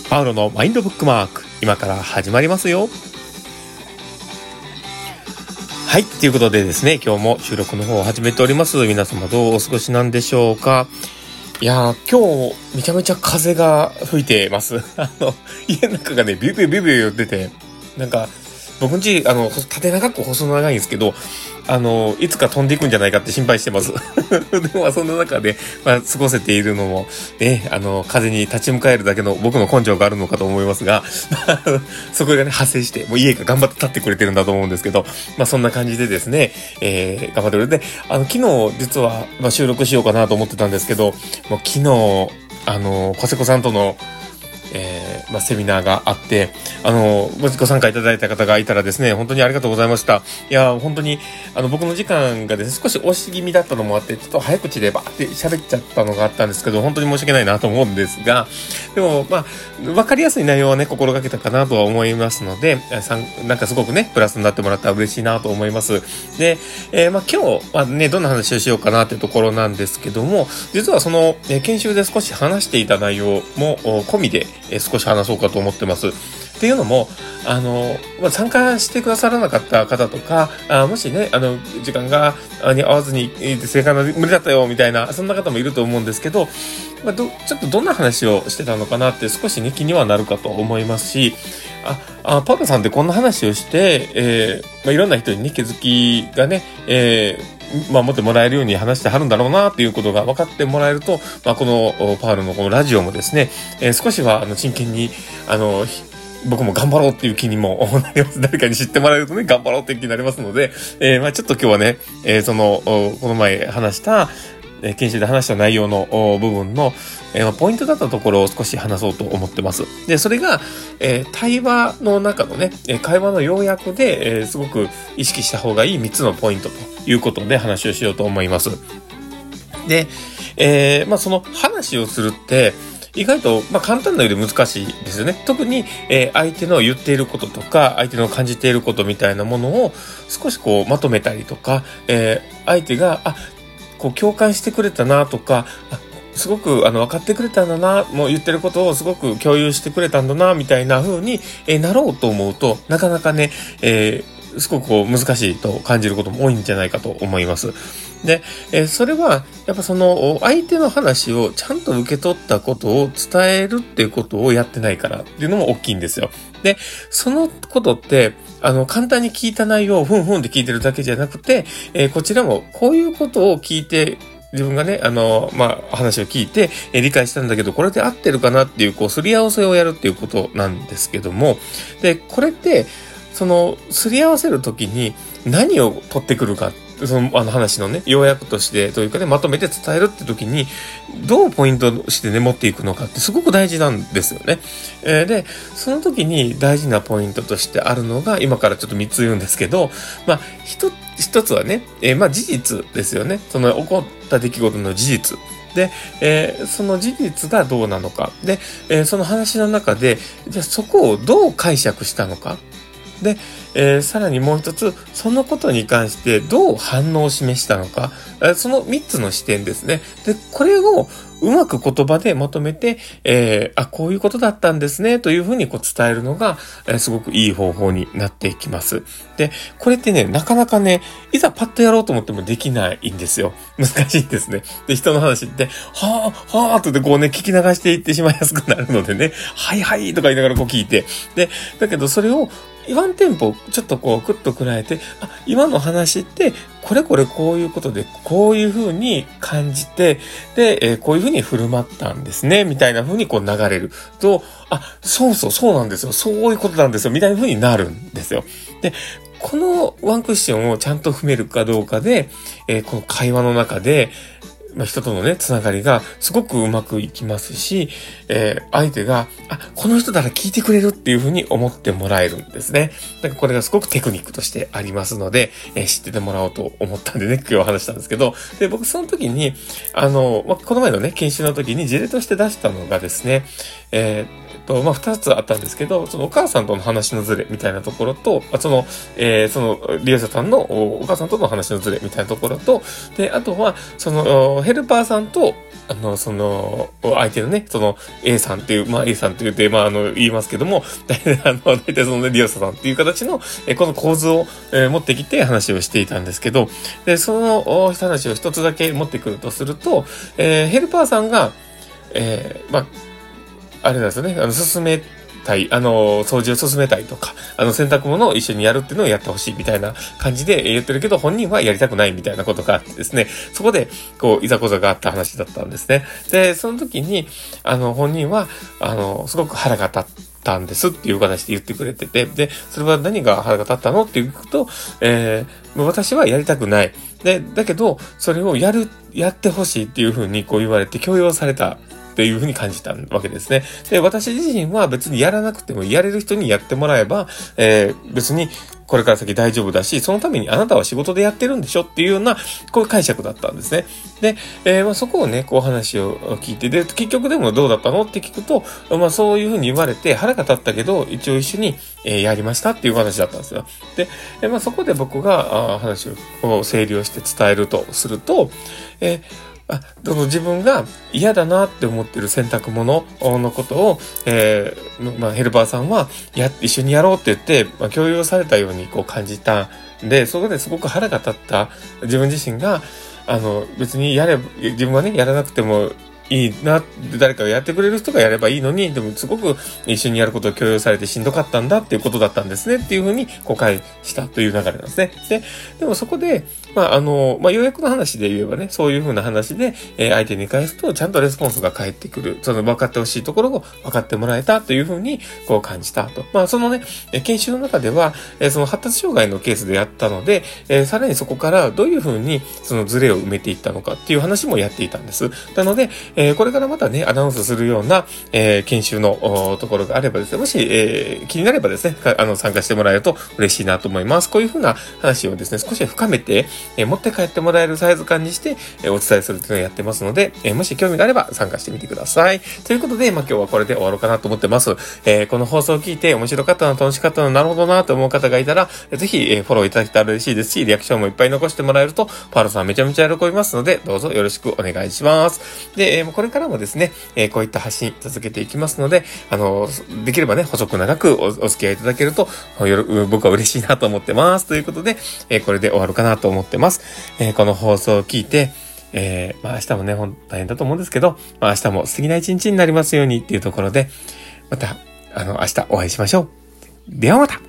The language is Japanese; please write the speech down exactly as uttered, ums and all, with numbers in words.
パウロのマインドブックマーク、今から始まりますよ。はい、ということでですね、今日も収録の方を始めております。皆様どうお過ごしなんでしょうか。いやー、今日めちゃめちゃ風が吹いてます。あの家の中がねビュービュービュービュー言ってて、なんか僕んちあの縦長く細長いんですけど、あのいつか飛んでいくんじゃないかって心配してます。でもそんな中で、まあ、過ごせているのもね、あの風に立ち向かえるだけの僕の根性があるのかと思いますが、そこがね派生して、もう家が頑張って立ってくれてるんだと思うんですけど、まあそんな感じでですね、えー、頑張ってくれて、あの昨日実は、まあ、収録しようかなと思ってたんですけど、もう昨日あの小瀬子さんとのえーまあ、セミナーがあって、あのご参加いただいた方がいたらですね、本当にありがとうございました。いや本当にあの僕の時間がですね、少し押し気味だったのもあって、ちょっと早口でバーって喋っちゃったのがあったんですけど、本当に申し訳ないなと思うんですが、でもまあ分かりやすい内容はね心がけたかなとは思いますので、なんかすごくねプラスになってもらったら嬉しいなと思います。で、えー、まあ今日はねどんな話をしようかなというところなんですけども、実はその、えー、研修で少し話していた内容も込みでえー、少し話そうかと思ってます。っていうのも、あの、まあ、参加してくださらなかった方とか、あもしね、あの、時間がに合わずに、正解の無理だったよ、みたいな、そんな方もいると思うんですけど、まあ、どちょっとどんな話をしてたのかなって少しね、気にはなるかと思いますし、あ、あパウロさんってこんな話をして、えーまあ、いろんな人にね、気づきがね、えーまあ、持ってもらえるように話してはるんだろうなっていうことが分かってもらえると、まあ、このパウルのこのラジオもですね、えー、少しはあの真剣にあの僕も頑張ろうっていう気にもなります。誰かに知ってもらえるとね、頑張ろうっていう気になりますので、えー、まあちょっと今日はね、えー、そのこの前話したえー、研修で話した内容の部分の、えー、ポイントだったところを少し話そうと思ってます。で、それが、えー、対話の中のね、会話の要約で、えー、すごく意識した方がいいみっつのポイントということで話をしようと思います。で、えー、まあその話をするって、意外と、まあ、簡単なようで難しいですよね。特に、えー、相手の言っていることとか、相手の感じていることみたいなものを少しこうまとめたりとか、えー、相手が、あ、こう共感してくれたなとか、あすごくあの分かってくれたんだな、もう言ってることをすごく共有してくれたんだなみたいな風に、えー、なろうと思うとなかなかね、えー、すごくこう難しいと感じることも多いんじゃないかと思います。で、えー、それはやっぱその相手の話をちゃんと受け取ったことを伝えるっていうことをやってないからっていうのも大きいんですよ。で、そのことってあの簡単に聞いた内容をふんふんって聞いてるだけじゃなくて、えー、こちらもこういうことを聞いて自分がね、あの、まあ、話を聞いて、えー、理解したんだけど、これで合ってるかなっていう、こう、すり合わせをやるっていうことなんですけども、で、これって、その、すり合わせるときに何を取ってくるか、その、あの話のね、要約として、というかね、まとめて伝えるってときに、どうポイントしてね、持っていくのかってすごく大事なんですよね。えー、で、その時に大事なポイントとしてあるのが、今からちょっとみっつ言うんですけど、まあ、一つ、一つはね、えー、まあ事実ですよね。その起こった出来事の事実。で、えー、その事実がどうなのか。で、えー、その話の中で、じゃあそこをどう解釈したのか。で、えー、さらにもう一つ、そのことに関してどう反応を示したのか。えー、その三つの視点ですね。で、これをうまく言葉でまとめて、えー、あ、こういうことだったんですね、というふうにこう伝えるのが、えー、すごくいい方法になっていきます。で、これってね、なかなかね、いざパッとやろうと思ってもできないんですよ。難しいですね。で、人の話って、はぁ、はぁ、とでこうね、聞き流していってしまいやすくなるのでね、はいはいとか言いながらこう聞いて。で、だけどそれを、ワンテンポちょっとこうクッとくらえて、あ、今の話ってこれこれこういうことでこういう風に感じて、で、えー、こういう風に振る舞ったんですねみたいな風にこう流れると、あ、そうそうそうなんですよ、そういうことなんですよみたいな風になるんですよ。で、このワンクッションをちゃんと踏めるかどうかで、えー、この会話の中でまあ、人とのね、つながりがすごくうまくいきますし、えー、相手が、あ、この人なら聞いてくれるっていうふうに思ってもらえるんですね。なんかこれがすごくテクニックとしてありますので、えー、知っててもらおうと思ったんでね、今日話したんですけど、で、僕その時に、あの、まあ、この前のね、研修の時に事例として出したのがですね、えーと、まあ、二つあったんですけど、そのお母さんとの話のズレみたいなところと、その、えー、その、利用者さんのお母さんとの話のズレみたいなところと、で、あとは、その、ヘルパーさんと、あの、その、相手のね、その A さんっていう、まあ A さんって言って、まああの、言いますけども、大体あの、大体そのね、利用者さんっていう形の、えこの構図を、えー、持ってきて話をしていたんですけど、で、その話を一つだけ持ってくるとすると、えー、ヘルパーさんが、えー、まあ、あれなんですよね、あの、進めたい、あの、掃除を進めたいとか、あの、洗濯物を一緒にやるっていうのをやってほしいみたいな感じで言ってるけど、本人はやりたくないみたいなことがあってですね、そこで、こう、いざこざがあった話だったんですね。で、その時に、あの、本人は、あの、すごく腹が立ったんですっていう形で言ってくれてて、で、それは何が腹が立ったのっていうと、えー、私はやりたくない。で、だけど、それをやる、やってほしいっていうふうにこう言われて強要された。っていうふうに感じたわけですね。で、私自身は別にやらなくてもやれる人にやってもらえば、えー、別にこれから先大丈夫だし、そのためにあなたは仕事でやってるんでしょっていうような、こういう解釈だったんですね。で、えー、まあ、そこをね、こう話を聞いて、で、結局でもどうだったのって聞くと、まあそういうふうに言われて腹が立ったけど、一応一緒に、えー、やりましたっていう話だったんですよ。で、えー、まあそこで僕があ話を整理をして伝えるとすると、えーあ、その自分が嫌だなって思ってる洗濯物のことを、えー、まあ、ヘルパーさんは、や、一緒にやろうって言って、まあ、共有されたようにこう感じたんで、そこですごく腹が立った自分自身が、あの、別にやれば、自分はね、やらなくてもいいな、誰かがやってくれる人がやればいいのに、でもすごく一緒にやることを強要されてしんどかったんだっていうことだったんですねっていうふうに誤解したという流れなんですね。で、でもそこで、まあ、あの、まあ、要約の話で言えばね、そういうふうな話で、えー、相手に返すと、ちゃんとレスポンスが返ってくる。その分かってほしいところを分かってもらえたというふうに、こう感じたと。まあ、そのね、研修の中では、えー、その発達障害のケースでやったので、えー、さらにそこからどういうふうに、そのズレを埋めていったのかっていう話もやっていたんです。なので、えー、これからまたね、アナウンスするような、えー、研修のところがあればですね、もし、えー、気になればですね、あの、参加してもらえると嬉しいなと思います。こういうふうな話をですね、少し深めて、えー、持って帰ってもらえるサイズ感にして、えー、お伝えするというのをやってますので、えー、もし興味があれば参加してみてください。ということで、まあ、今日はこれで終わろうかなと思ってます。えー、この放送を聞いて面白かったな、楽しかったな、なるほどなと思う方がいたら、ぜひ、えー、フォローいただけたら嬉しいですし、リアクションもいっぱい残してもらえると、パールさんめちゃめちゃ喜びますので、どうぞよろしくお願いします。で、えー、これからもですね、えー、こういった発信続けていきますので、あの、できればね、細く長く お, お付き合いいただけると、僕は嬉しいなと思ってます。ということで、えー、これで終わるかなと思ってます。えー、この放送を聞いて、えー、まあ明日もね、ほん大変だと思うんですけど、まあ明日も素敵な一日になりますようにっていうところで、また、あの、明日お会いしましょう。ではまた。